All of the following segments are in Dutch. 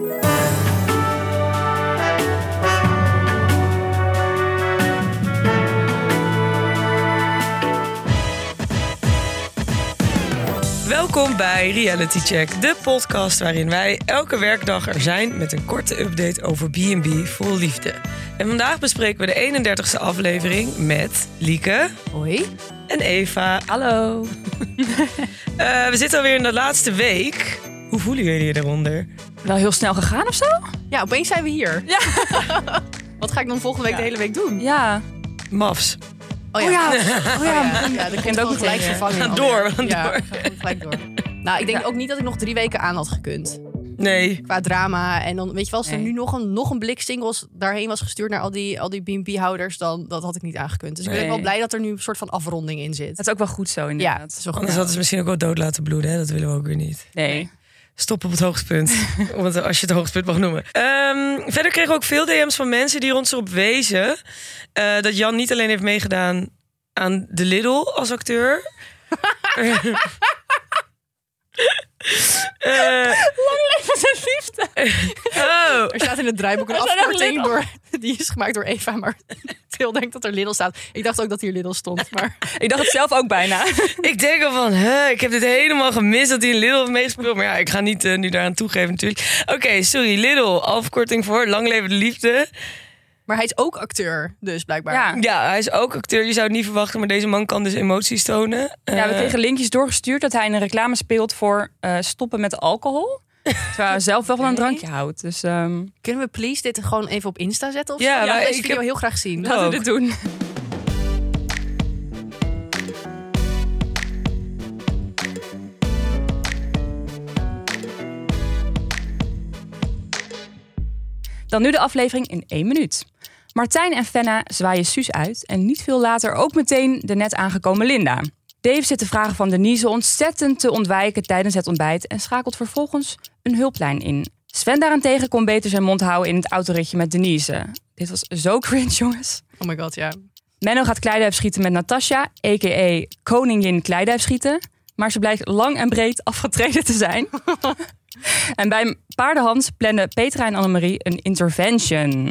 Welkom bij Reality Check, de podcast waarin wij elke werkdag er zijn met een korte update over B&B vol liefde. En vandaag bespreken we de 31ste aflevering met Lieke. Hoi. En Eva. Hallo. We zitten alweer in de laatste week. Hoe voelen jullie je eronder? Wel heel snel gegaan of zo? Ja, opeens zijn we hier. Ja. Wat ga ik dan volgende week de hele week doen? Ja. Mafs. Oh ja. Ja, dat begint ook ook gelijk meteen, vervangen. We gaan door. Ja, we gaan gelijk door. Nou, ik denk ook niet dat ik nog 3 weken aan had gekund. Nee. Qua drama. En dan, weet je wel, als er Nee. nu nog een blik singles daarheen was gestuurd naar al die B&B-houders, dan dat had ik niet aangekund. Dus ik ben Nee. wel blij dat er nu een soort van afronding in zit. Het is ook wel goed zo Ja, inderdaad. het is wel goed. Anders hadden ze misschien ook wel dood laten bloeden. Hè? Dat willen we ook weer niet. Nee. Stop op het hoogtepunt. Als je het hoogtepunt mag noemen. Verder kregen we ook veel DM's van mensen die ons erop wezen dat Jan niet alleen heeft meegedaan aan de Lidl als acteur. Lang leven zijn liefde. Oh. Er staat in het draaiboek een Er staat ook afkorting die is gemaakt door Eva, maar Til denkt dat er Lidl staat. Ik dacht ook dat hier Lidl stond, maar Ik dacht het zelf ook bijna. Ik denk al van, ik heb dit helemaal gemist dat hij in Lidl heeft meegespeeld. Maar ja, ik ga niet nu daaraan toegeven natuurlijk. Oké, sorry, Lidl, afkorting voor Lang Leven de Liefde. maar hij is ook acteur, dus blijkbaar. Ja. Ja, hij is ook acteur. Je zou het niet verwachten, maar deze man kan dus emoties tonen. Ja, we kregen linkjes doorgestuurd dat hij in een reclame speelt voor stoppen met alcohol. Terwijl hij zelf wel van een drankje houdt. Dus Kunnen we please dit gewoon even op Insta zetten? Of Ja, zo? maar Deze ik video heb- heel graag zien. laten we dit doen. Dan nu de aflevering in 1 minuut. Martijn en Fenna zwaaien Suus uit en niet veel later ook meteen de net aangekomen Linda. Dave zit de vragen van Denise ontzettend te ontwijken tijdens het ontbijt en schakelt vervolgens een hulplijn in. Sven daarentegen kon beter zijn mond houden in het autoritje met Denise. Dit was zo cringe, jongens. Oh my god, ja. Menno gaat kleiduif schieten met Natasja, a.k.a. koningin kleiduif schieten. Maar ze blijkt lang en breed afgetreden te zijn. En bij Paardenhans plannen Petra en Annemarie een intervention.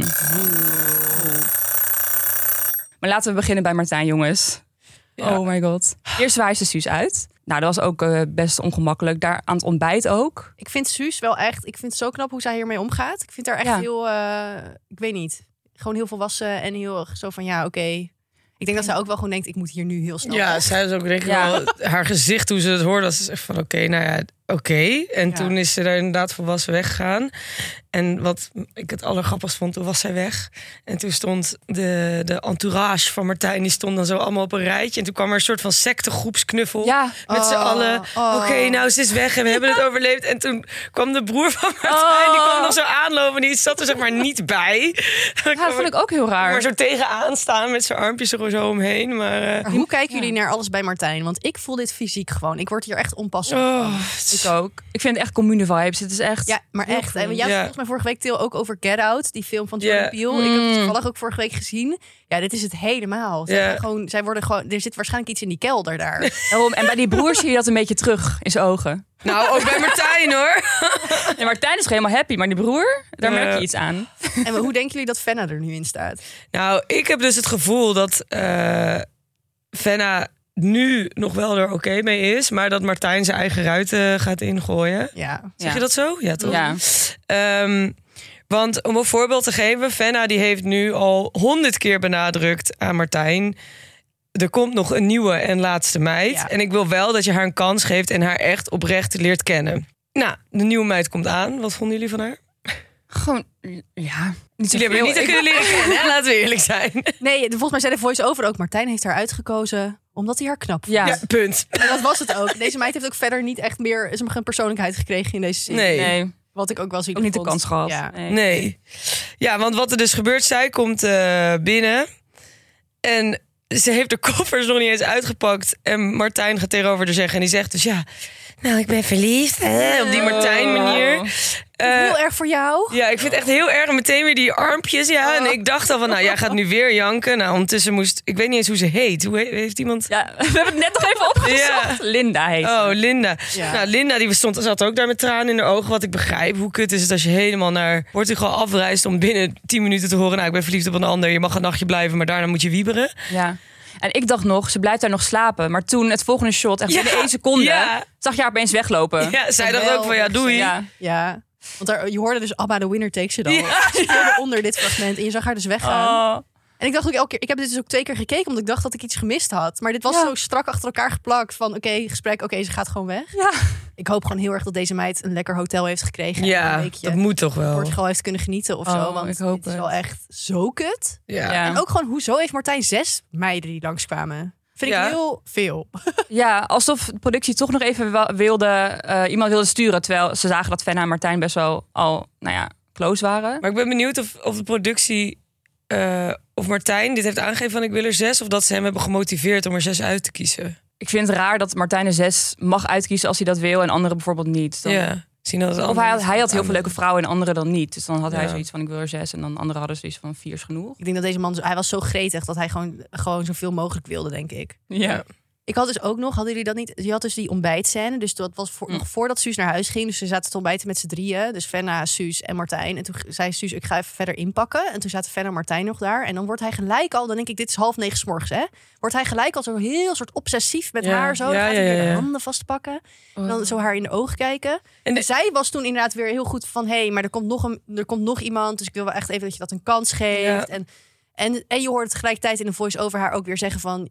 Maar laten we beginnen bij Martijn, jongens. Ja. Oh my god. Eerst zwaaien ze Suus uit. Nou, dat was ook best ongemakkelijk. Daar aan het ontbijt ook. Ik vind Suus wel echt... Ik vind het zo knap hoe zij hiermee omgaat. Ik vind haar echt Ja. heel... ik weet niet. Gewoon heel volwassen en heel zo van ja, oké. Ik denk dat zij ook wel gewoon denkt, ik moet hier nu heel snel Ja, weg. zij is ook denk ik Ja. wel... Haar gezicht, hoe ze het hoorde, was echt van oké. En Ja. toen is ze daar inderdaad volwassen weggegaan. En wat ik het allergrappigst vond, toen was zij weg. En toen stond de entourage van Martijn, die stond dan zo allemaal op een rijtje. En toen kwam er een soort van sectegroepsknuffel. Ja. Met z'n allen. Oké, nou, ze is weg en we hebben het overleefd. En toen kwam de broer van Martijn, die kwam nog zo aanlopen. Die zat er zeg maar niet bij. Ja, dat vond ik ook heel raar. Maar zo tegenaan staan met zijn armpjes er zo omheen. Maar Maar hoe kijken jullie naar alles bij Martijn? Want ik voel dit fysiek gewoon. Ik word hier echt onpasselijk van. Ik ook. Ik vind het echt commune vibes. Het is echt... Ja, maar heel echt. En cringe. jij had Ja. volgens mij vorige week Til ook over Get Out, die film van Jordan Ja. Peele. Ik heb het toevallig ook vorige week gezien. Ja, dit is het helemaal. Ja. Zij worden gewoon. Er zit waarschijnlijk iets in die kelder daar. Daarom. En bij die broer zie je dat een beetje terug in zijn ogen. nou, ook bij Martijn hoor. En Martijn is helemaal happy, maar die broer, daar merk je iets aan. En hoe denken jullie dat Fenna er nu in staat? Nou, ik heb dus het gevoel dat Fenna nu nog wel er oké mee is, maar dat Martijn zijn eigen ruiten gaat ingooien. Ja. Zeg je dat zo? Ja, toch? Ja. Want om een voorbeeld te geven, Fenna die heeft nu al 100 keer benadrukt aan Martijn: er komt nog een nieuwe en laatste meid. Ja. En ik wil wel dat je haar een kans geeft en haar echt oprecht leert kennen. Nou, de nieuwe meid komt aan. Wat vonden jullie van haar? Gewoon, ja. Niet Jullie hebben haar niet kunnen leren kennen, hè? Laten we eerlijk zijn. Nee, volgens mij zei de voice-over ook. Martijn heeft haar uitgekozen omdat hij haar knap vond. Ja. Ja, punt. En dat was het ook. Deze meid heeft ook verder niet echt meer een persoonlijkheid gekregen in deze serie. Nee. Wat ik ook wel zie. Ook niet de kans gehad. Ja. Nee. Ja, want wat er dus gebeurt, zij komt binnen en ze heeft de koffers nog niet eens uitgepakt. En Martijn gaat tegenover haar zeggen en die zegt dus ja, Nou, ik ben verliefd. Op die Martijn-manier. Heel erg voor jou. Ja, ik vind het echt heel erg. Meteen weer die armpjes. Ja. En ik dacht al van, nou, jij gaat nu weer janken. Nou, ondertussen ik weet niet eens hoe ze heet. Hoe heeft iemand... Ja, we hebben het net nog even opgezocht. Ja. Linda heet ze. Oh, Linda. Ja. Nou, Linda die zat ook daar met tranen in haar ogen. Wat ik begrijp. Hoe kut is het als je helemaal naar Portugal afreist... om binnen 10 minuten te horen... nou, ik ben verliefd op een ander. Je mag een nachtje blijven, maar daarna moet je wieberen. Ja. En ik dacht nog, ze blijft daar nog slapen. Maar toen, het volgende shot, echt binnen 1 seconde... zag je haar opeens weglopen. Ja, zij dacht ook van, ja, doei. Ja. Want je hoorde dus ABBA, The Winner Takes It All. Ja. Onder dit fragment. En je zag haar dus weggaan. Oh. En ik dacht ook elke keer... Ik heb dit dus ook 2 keer gekeken... omdat ik dacht dat ik iets gemist had. Maar dit was zo strak achter elkaar geplakt. Van gesprek, ze gaat gewoon weg. Ja. Ik hoop gewoon heel erg dat deze meid een lekker hotel heeft gekregen. Ja, en een weekje dat moet toch wel. Portugal heeft kunnen genieten of zo. Want ik hoop het is wel echt zo kut. Ja. En ook gewoon, hoezo heeft Martijn 6 meiden die langskwamen? Vind ik heel veel. Ja, alsof de productie toch nog even iemand wilde sturen. Terwijl ze zagen dat Fenna en Martijn best wel al, close waren. Maar ik ben benieuwd of de productie... of Martijn dit heeft aangegeven van ik wil er 6... of dat ze hem hebben gemotiveerd om er 6 uit te kiezen. Ik vind het raar dat Martijn er 6 mag uitkiezen als hij dat wil... en anderen bijvoorbeeld niet. Ja. Of hij had heel veel leuke vrouwen en anderen dan niet. Dus dan had hij zoiets van ik wil er 6... en dan anderen hadden zoiets van 4 is genoeg. Ik denk dat deze man, hij was zo gretig dat hij gewoon zoveel mogelijk wilde, denk ik. Ja. Ik had dus ook nog, hadden jullie dat niet? Je had dus die ontbijtscène, dus dat was nog voordat Suus naar huis ging. Dus ze zaten te ontbijten met z'n drieën. Dus Fenna, Suus en Martijn. En toen zei Suus, ik ga even verder inpakken. En toen zaten Fenna en Martijn nog daar. En dan wordt hij gelijk al, dan denk ik, dit is 8:30 's morgens, hè? Wordt hij gelijk al zo heel soort obsessief met haar zo. Dan gaat hij weer de handen vastpakken. En dan zo haar in de ogen kijken. En zij was toen inderdaad weer heel goed van, maar er komt nog iemand. Dus ik wil wel echt even dat je dat een kans geeft. Ja. En je hoort tegelijkertijd in de voice-over haar ook weer zeggen van...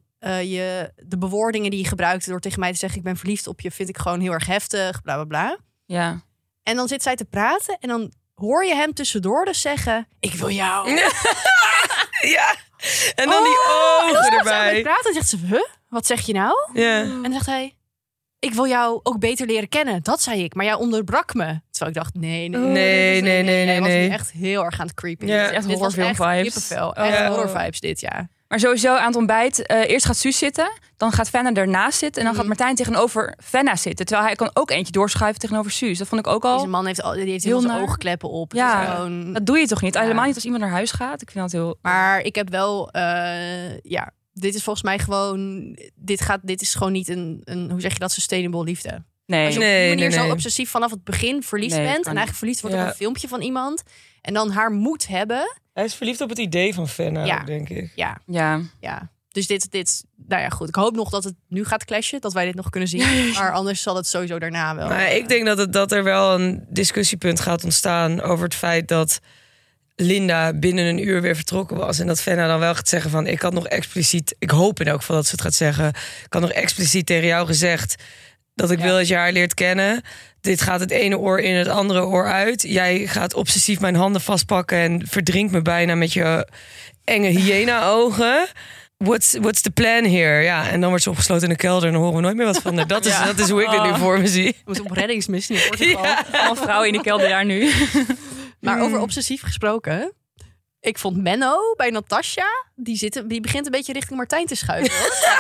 de bewoordingen die je gebruikte door tegen mij te zeggen... ik ben verliefd op je, vind ik gewoon heel erg heftig, bla bla bla. Ja. En dan zit zij te praten en dan hoor je hem tussendoor dus zeggen... ik wil jou. Ja. En dan die ogen erbij. En praten en zegt ze, wat zeg je nou? Ja. En dan zegt hij... ik wil jou ook beter leren kennen, dat zei ik. Maar jij onderbrak me. Terwijl ik dacht, nee. Hij was nu echt heel erg aan het creepy. Ja, echt horrorfilm vibes. Echt horror vibes dit, ja. Maar sowieso aan het ontbijt, eerst gaat Suus zitten. Dan gaat Fenna ernaast zitten. En dan gaat Martijn tegenover Fenna zitten. Terwijl hij kan ook eentje doorschuiven tegenover Suus. Dat vond ik ook al. Deze man heeft heel zijn oogkleppen op. Ja, gewoon... dat doe je toch niet? Helemaal niet als iemand naar huis gaat. Ik vind dat heel... Maar ik heb wel... dit is volgens mij gewoon... Dit is gewoon niet een hoe zeg je dat, sustainable liefde. Nee. Als je op die manier zo obsessief vanaf het begin verliefd bent... en eigenlijk verliefd wordt op een filmpje van iemand... en dan haar moet hebben... Hij is verliefd op het idee van Fenna, denk ik. Ja. Dus dit, nou ja, goed. Ik hoop nog dat het nu gaat clashen, dat wij dit nog kunnen zien. Maar anders zal het sowieso daarna wel. Maar ik denk dat er wel een discussiepunt gaat ontstaan over het feit dat Linda binnen een uur weer vertrokken was. En dat Fenna dan wel gaat zeggen van, ik had nog expliciet, ik hoop in elk geval dat ze het gaat zeggen, ik had nog expliciet tegen jou gezegd dat ik wil dat je haar leert kennen. Dit gaat het ene oor in het andere oor uit. Jij gaat obsessief mijn handen vastpakken en verdrinkt me bijna met je enge hyena-ogen. What's the plan here? Ja, en dan wordt ze opgesloten in de kelder en dan horen we nooit meer wat van haar. Dat is hoe ik het nu voor me zie. We moeten op reddingsmissie in Portugal. Ja. Allemaal vrouwen in de kelder daar nu. Maar over obsessief gesproken... Ik vond Menno bij Natasja, die begint een beetje richting Martijn te schuiven.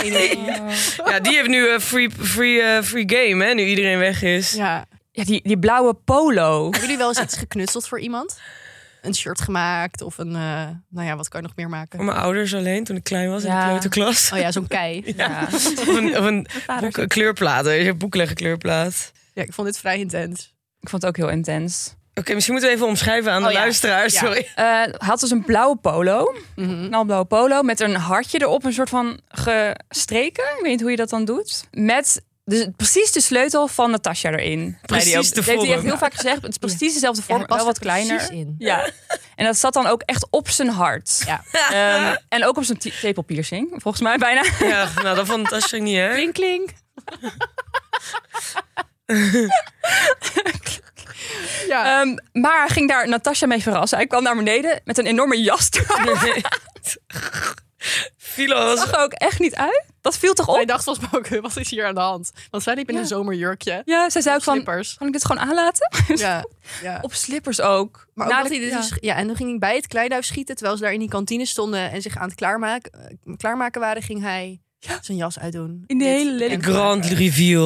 Ja, die heeft nu free game, hè, nu iedereen weg is. Ja, die blauwe polo. Hebben jullie wel eens iets geknutseld voor iemand? Een shirt gemaakt of een, wat kan je nog meer maken? Voor mijn ouders alleen, toen ik klein was in de kleuterklas. Oh ja, zo'n kei. Ja. Of een kleurplaat, een boekleggen kleurplaat. Ja, ik vond dit vrij intens. Ik vond het ook heel intens. Oké, misschien moeten we even omschrijven aan de luisteraars. Ja. Sorry. Hij had dus een blauwe polo. Knalblauwe polo. Met een hartje erop. Een soort van gestreken. Ik weet niet hoe je dat dan doet. Met precies de sleutel van Natasja erin. Precies de vorm. Dat heeft hij echt heel vaak gezegd. Het is precies dezelfde vorm. Wel wat kleiner. In. Ja. En dat zat dan ook echt op zijn hart. Ja. En ook op zijn tepelpiercing. Volgens mij bijna. Ja, nou dat vond Natasja niet, hè? Klink, klink. Ja. Maar hij ging daar Natasja mee verrassen. Hij kwam naar beneden met een enorme jas. Philo zag er ook echt niet uit. Dat viel toch op? Hij dacht volgens mij ook, wat is hier aan de hand? Want zij liep in een zomerjurkje. Ja, zij zei ook van, slippers. Kan ik dit gewoon aanlaten? Ja. Op slippers ook. Maar ook dat hij dus, en toen ging hij bij het kleiduif schieten. Terwijl ze daar in die kantine stonden en zich aan het klaarmaken waren, ging hij zijn jas uitdoen. In de hele lelijk. Grand reveal.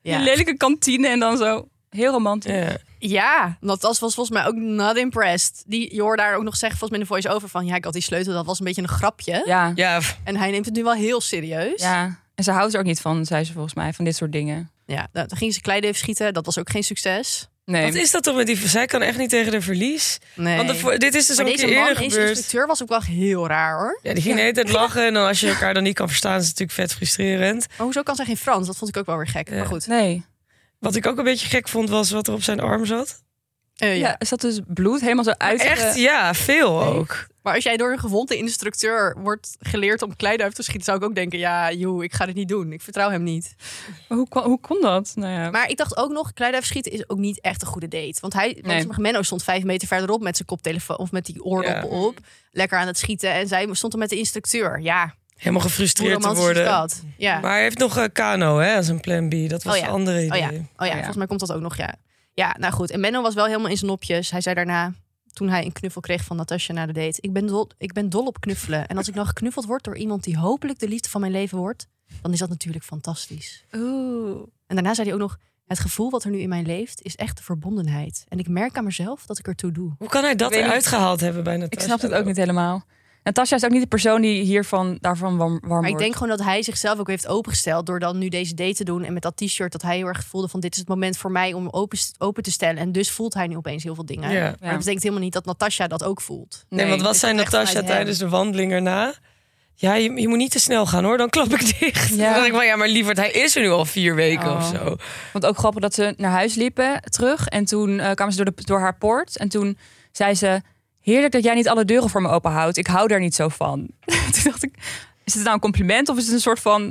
Een lelijke kantine en dan zo. Heel romantisch. Ja. Ja, dat was volgens mij ook not impressed. Je hoorde daar ook nog zeggen, volgens mij in de voice-over van... ik had die sleutel, dat was een beetje een grapje. Ja. En hij neemt het nu wel heel serieus. Ja. En ze houdt er ook niet van, zei ze volgens mij, van dit soort dingen. Ja, dan ging ze Kleideef schieten. Dat was ook geen succes. Nee. Wat is dat toch met die... Zij kan echt niet tegen de verlies. Nee. Want dit is dus Maar ook een deze keer man, eerder deze gebeurd. instructeur, was ook wel heel raar, hoor. Ja, die ging de hele tijd lachen. En dan als je elkaar dan niet kan verstaan... is het natuurlijk vet frustrerend. Maar hoezo kan zij geen Frans? Dat vond ik ook wel weer gek. Ja. Maar goed. Nee. Wat ik ook een beetje gek vond... was wat er op zijn arm zat. Ja, er zat dus bloed helemaal zo uit. Echt, ja, veel ook. Maar als jij door een gewonde instructeur wordt geleerd om Kleiduif te schieten... zou ik ook denken, ik ga dit niet doen. Ik vertrouw hem niet. Maar hoe kon dat? Nou ja. Maar ik dacht ook nog, Kleiduif schieten is ook niet echt een goede date. Want Menno stond 5 meter verderop met zijn koptelefoon... of met die oordoppen op, lekker aan het schieten. En zij stond er met de instructeur. Ja, Helemaal hoe gefrustreerd te romantisch is worden. dat? Ja. Maar hij heeft nog Kano als een plan B. Dat was een andere idee. Volgens mij komt dat ook nog, Ja, nou goed. En Menno was wel helemaal in zijn nopjes. Hij zei daarna, toen hij een knuffel kreeg van Natasja na de date... Ik ben dol op knuffelen. En als ik nou geknuffeld word door iemand die hopelijk de liefde van mijn leven wordt... dan is dat natuurlijk fantastisch. Oeh. En daarna zei hij ook nog... Het gevoel wat er nu in mij leeft is echt de verbondenheid. En ik merk aan mezelf dat ik ertoe doe. Hoe kan hij dat eruit gehaald hebben bij Natasja? Ik snap het ook niet helemaal. Natasja is ook niet de persoon die daarvan warm Maar ik wordt. denk gewoon dat hij zichzelf ook heeft opengesteld... door dan nu deze date te doen. En met dat t-shirt dat hij heel erg voelde van... dit is het moment voor mij om open te stellen. En dus voelt hij nu opeens heel veel dingen. Ja. Maar dat betekent helemaal niet dat Natasja dat ook voelt. Nee, want wat het zei is echt Natasja vanuit hem. tijdens de wandeling erna? Ja, je moet niet te snel gaan hoor, dan klap ik dicht. Ja. Dan dacht ik van, ja, maar lieverd, hij is er nu al 4 weken of zo. Want ook grappig dat ze naar huis liepen terug. En toen kwamen ze door haar poort. En toen zei ze... Heerlijk dat jij niet alle deuren voor me open houdt. Ik hou daar niet zo van. Toen dacht ik, is het nou een compliment of is het een soort van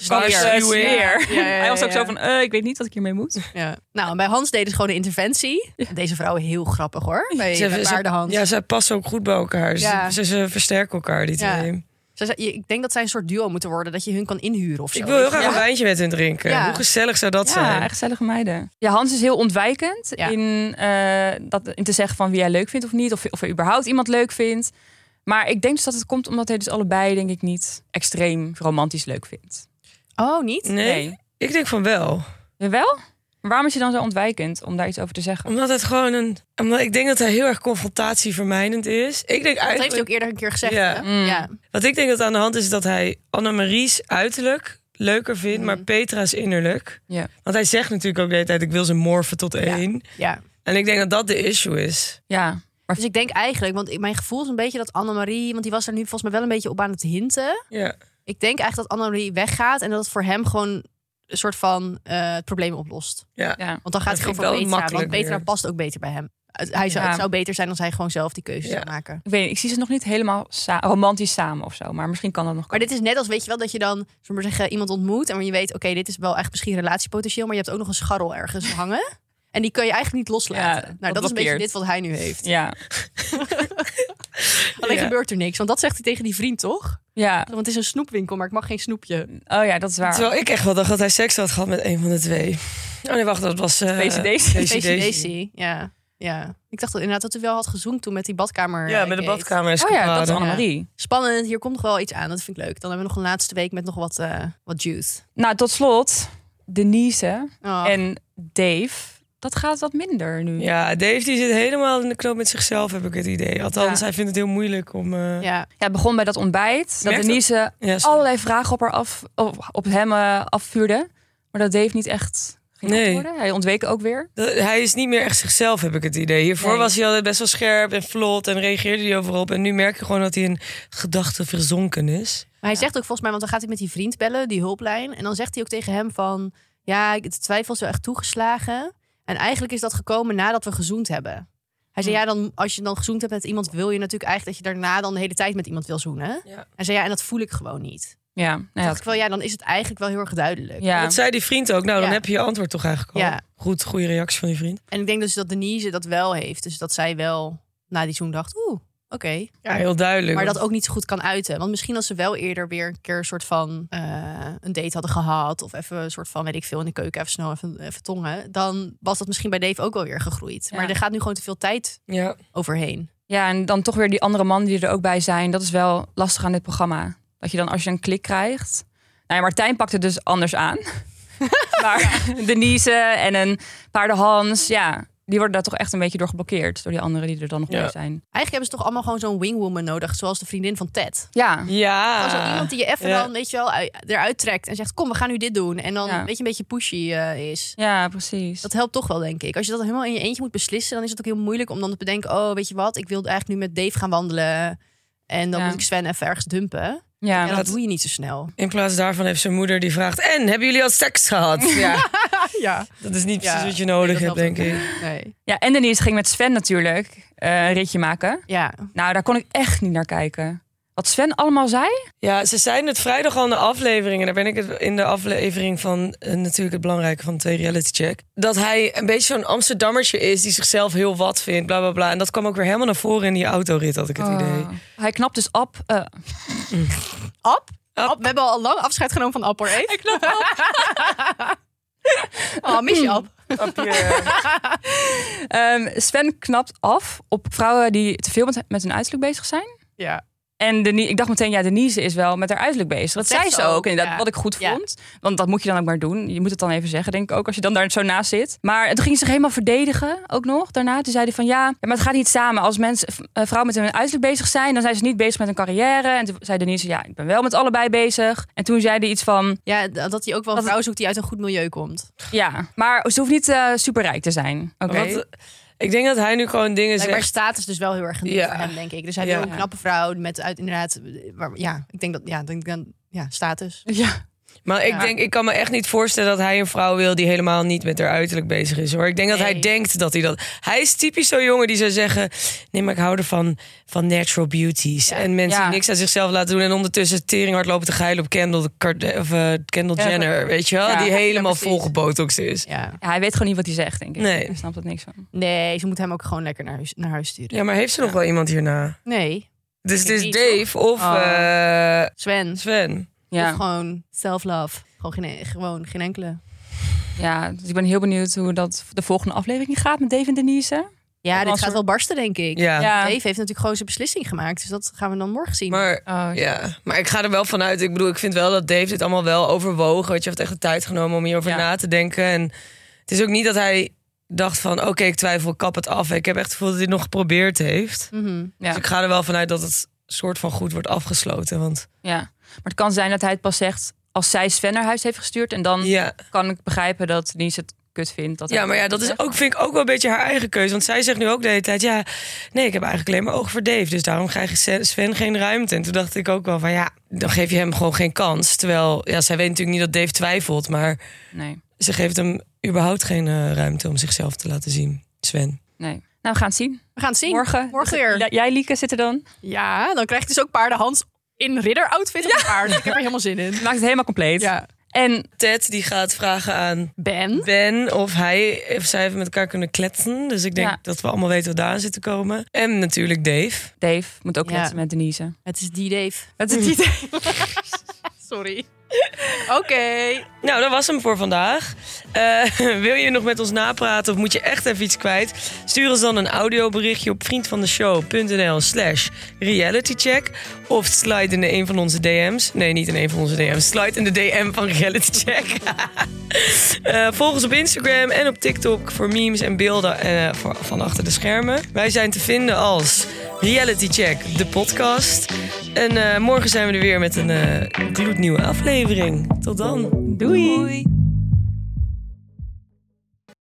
Sneer. Ja. Hij was ook zo van, ik weet niet wat ik hiermee moet. Ja. Nou, en bij Hans deden ze gewoon een interventie. Deze vrouw heel grappig hoor. Bij Ze- Waarde Hans. Ja, zij passen ook goed bij elkaar. Ja. Ze versterken elkaar, die Ja. twee. Ik denk dat zij een soort duo moeten worden. Dat je hun kan inhuren of zo. Ik wil heel graag Ja. een wijntje met hun drinken. Ja. Hoe gezellig zou dat Ja, zijn? echt gezellige meiden. Ja, Hans is heel ontwijkend Ja. in te zeggen van wie hij leuk vindt of niet. Of hij überhaupt iemand leuk vindt. Maar ik denk dus dat het komt omdat hij dus allebei, denk ik, niet extreem romantisch leuk vindt. Oh, niet? Nee? Ik denk van wel. Jawel? Maar waarom is hij dan zo ontwijkend om daar iets over te zeggen? Omdat het gewoon omdat ik denk dat hij heel erg confrontatievermijdend is. Ik denk Dat heeft hij eigenlijk... ook eerder een keer gezegd. Ja. Hè? Mm. Ja. Wat ik denk dat aan de hand is dat hij Annemarie's uiterlijk leuker vindt, maar Petra's innerlijk. Ja. Want hij zegt natuurlijk ook de hele tijd, ik wil ze morfen tot 1. Ja. En ik denk dat dat de issue is. Ja. Dus ik denk eigenlijk, want mijn gevoel is een beetje dat Annemarie... want die was er nu volgens mij wel een beetje op aan het hinten. Ja. Ik denk eigenlijk dat Annemarie weggaat... en dat het voor hem gewoon een soort van het probleem oplost. Ja. Ja. Want dan gaat Dat het gewoon vind voor ik wel Petra. Want makkelijk Petra weer. past ook beter bij hem. Het Ja. zou beter zijn als hij gewoon zelf die keuze Ja. zou maken. Ik weet niet, ik zie ze nog niet helemaal romantisch samen of zo. Maar misschien kan dat nog Maar komen. dit is net als, weet je wel, dat je dan, zullen we maar zeggen, iemand ontmoet... en je weet, oké, dit is wel echt misschien relatiepotentieel... maar je hebt ook nog een scharrel ergens hangen. En die kun je eigenlijk niet loslaten. Ja, nou, dat dat is een beetje blokkeert. dit wat hij nu heeft. Ja. Alleen Ja. gebeurt er niks. Want dat zegt hij tegen die vriend, toch? Ja. Want het is een snoepwinkel, maar ik mag geen snoepje. Oh ja, dat is waar. Terwijl ik echt wel dacht dat hij seks had gehad met een van de twee. Oh nee, wacht, dat was... AC/DC. AC/DC, ja. Ja. Ik dacht dat inderdaad dat hij wel had gezoend toen met die badkamer. Ja, met de gate. badkamer Oh ja, dat is escapade. Annemarie. Spannend, hier komt nog wel iets aan. Dat vind ik leuk. Dan hebben we nog een laatste week met nog wat juice. Nou, tot slot, Denise Oh. en Dave. Dat gaat wat minder nu. Ja, Dave die zit helemaal in de knoop met zichzelf, heb ik het idee. Althans, Ja. hij vindt het heel moeilijk om... Ja. Ja, het begon bij dat ontbijt. Dat Merk dat- Denise Ja, sorry. allerlei vragen op hem afvuurde. Maar dat Dave niet echt ging Nee. antwoorden. Hij ontweek ook weer. Hij is niet meer echt zichzelf, heb ik het idee. Hiervoor Nee. was hij altijd best wel scherp en vlot en reageerde hij overal op. En nu merk je gewoon dat hij in gedachten verzonken is. Maar hij zegt ook volgens mij, want dan gaat hij met die vriend bellen, die hulplijn. En dan zegt hij ook tegen hem van, ja, de twijfel is wel echt toegeslagen. En eigenlijk is dat gekomen nadat we gezoend hebben. Hij zei, ja, dan, als je dan gezoend hebt met iemand, wil je natuurlijk eigenlijk dat je daarna dan de hele tijd met iemand wil zoenen. Ja. Hij zei, ja, en dat voel ik gewoon niet. Ja, nou ja, Dacht ik wel, ja, dan is het eigenlijk wel heel erg duidelijk. ja. Dat zei die vriend ook. Nou, dan Ja. heb je je antwoord toch eigenlijk al. Ja. Goed, goede reactie van die vriend. En ik denk dus dat Denise dat wel heeft. Dus dat zij wel na die zoen dacht, oké. Ja, heel duidelijk. Maar dat ook niet zo goed kan uiten. Want misschien als ze wel eerder weer een keer een soort van een date hadden gehad. Of even een soort van, weet ik veel, in de keuken even snel even tongen. Dan was dat misschien bij Dave ook wel weer gegroeid. Ja. Maar er gaat nu gewoon te veel tijd Ja. overheen. Ja, en dan toch weer die andere mannen die er ook bij zijn. Dat is wel lastig aan dit programma. Dat je dan, als je een klik krijgt... Nou ja, Martijn pakt het dus anders aan. Maar Denise en een paardenhans, die worden daar toch echt een beetje door geblokkeerd. Door die anderen die er dan nog bij zijn. Eigenlijk hebben ze toch allemaal gewoon zo'n wingwoman nodig. Zoals de vriendin van Ted. Ja. Gewoon zo iemand die je even dan, weet je wel, eruit trekt. En zegt, kom, we gaan nu dit doen. En dan weet je, een beetje pushy is. Ja, precies. Dat helpt toch wel, denk ik. Als je dat helemaal in je eentje moet beslissen, dan is het ook heel moeilijk om dan te bedenken, oh, weet je wat, ik wil eigenlijk nu met Dave gaan wandelen. En dan moet ik Sven even ergens dumpen. Ja, dat doe je niet zo snel. In plaats daarvan heeft zijn moeder die vraagt, en, hebben jullie al seks gehad? Ja. Dat is niet precies wat je nodig hebt, denk ik. Nee. Ja, en Denise ging met Sven natuurlijk een ritje maken. Ja. Nou, daar kon ik echt niet naar kijken. Wat Sven allemaal zei? Ja, ze zeiden het vrijdag al in de aflevering. En daar ben ik het in de aflevering van natuurlijk het belangrijke van 2 Reality Check. Dat hij een beetje zo'n Amsterdammertje is die zichzelf heel wat vindt, bla bla bla. En dat kwam ook weer helemaal naar voren in die autorit, had ik het idee. Hij knapt dus Ab. Ab? We hebben al lang afscheid genomen van Ab, hoor. Hij knapt Ab. Oh, mis je Ab? Sven knapt af op vrouwen die te veel met hun uiterlijk bezig zijn. Ja. En ik dacht meteen, Denise is wel met haar uiterlijk bezig. Dat zei ze ook. En wat ik goed vond. Want dat moet je dan ook maar doen. Je moet het dan even zeggen, denk ik ook, als je dan daar zo naast zit. Maar toen ging ze zich helemaal verdedigen, ook nog daarna. Toen zei hij van maar het gaat niet samen. Als vrouwen met hun uiterlijk bezig zijn, dan zijn ze niet bezig met hun carrière. En toen zei Denise, ik ben wel met allebei bezig. En toen zei hij iets van... Ja, dat hij ook wel een vrouw zoekt die uit een goed milieu komt. Ja, maar ze hoeft niet superrijk te zijn. Oké. Ik denk dat hij nu gewoon dingen zegt. Maar status dus wel heel erg geniet voor hem, denk ik. Dus hij wil een knappe vrouw met inderdaad... ik denk dat status. Ja. Maar ik kan me echt niet voorstellen dat hij een vrouw wil die helemaal niet met haar uiterlijk bezig is, hoor. Ik denk dat hij denkt dat hij dat... Hij is typisch zo'n jongen die zou zeggen, nee, maar ik hou ervan van natural beauties. Ja. En mensen die niks aan zichzelf laten doen en ondertussen teringhard lopen te geilen op Kendall Jenner, weet je wel? Die helemaal vol gebotoxed is. Ja, hij weet gewoon niet wat hij zegt, denk ik. Nee. Hij snapt er niks van. Nee, ze moet hem ook gewoon lekker naar huis sturen. Ja, maar heeft ze nog wel iemand hierna? Nee. Dus het is Dave of Sven. Ja. Of gewoon self-love. Gewoon geen enkele. Ja, dus ik ben heel benieuwd hoe dat de volgende aflevering gaat met Dave en Denise. Ja, dit gaat wel barsten, denk ik. Ja. Dave heeft natuurlijk gewoon zijn beslissing gemaakt. Dus dat gaan we dan morgen zien. Maar, maar ik ga er wel vanuit. Ik bedoel, ik vind wel dat Dave dit allemaal wel overwogen. Want je heeft echt de tijd genomen om hierover na te denken. En het is ook niet dat hij dacht van, oké, ik twijfel, kap het af. Ik heb echt het gevoel dat hij het nog geprobeerd heeft. Mm-hmm. Dus ik ga er wel vanuit dat het soort van goed wordt afgesloten. Want... Ja, maar het kan zijn dat hij het pas zegt als zij Sven naar huis heeft gestuurd. En dan kan ik begrijpen dat Denise het kut vindt. Dat is ook, vind ik ook wel een beetje haar eigen keuze. Want zij zegt nu ook de hele tijd, nee, ik heb eigenlijk alleen maar oog voor Dave. Dus daarom krijg je Sven geen ruimte. En toen dacht ik ook wel van, dan geef je hem gewoon geen kans. Terwijl, zij weet natuurlijk niet dat Dave twijfelt. Maar ze geeft hem überhaupt geen ruimte om zichzelf te laten zien, Sven. Nee. Nou, we gaan het zien. We gaan het zien. Morgen weer. Jij, Lieke, zit er dan? Ja, dan krijg je dus ook paardenhans in ridder-outfit op de paard. Ik heb er helemaal zin in. Maakt het helemaal compleet. Ja. En Ted die gaat vragen aan Ben of zij even met elkaar kunnen kletsen. Dus ik denk dat we allemaal weten wat daar aan zit te komen. En natuurlijk Dave. Dave moet ook kletsen met Denise. Het is die Dave. Het is die Dave. Sorry. Oké. Nou, dat was hem voor vandaag. Wil je nog met ons napraten of moet je echt even iets kwijt? Stuur ons dan een audioberichtje op vriendvandeshow.nl/realitycheck. Of slide in een van onze DM's. Nee, niet in een van onze DM's. Slide in de DM van Reality Check. Volg ons op Instagram en op TikTok voor memes en beelden van achter de schermen. Wij zijn te vinden als Reality Check, de podcast. En morgen zijn we er weer met een gloednieuwe aflevering. Tot dan. Doei.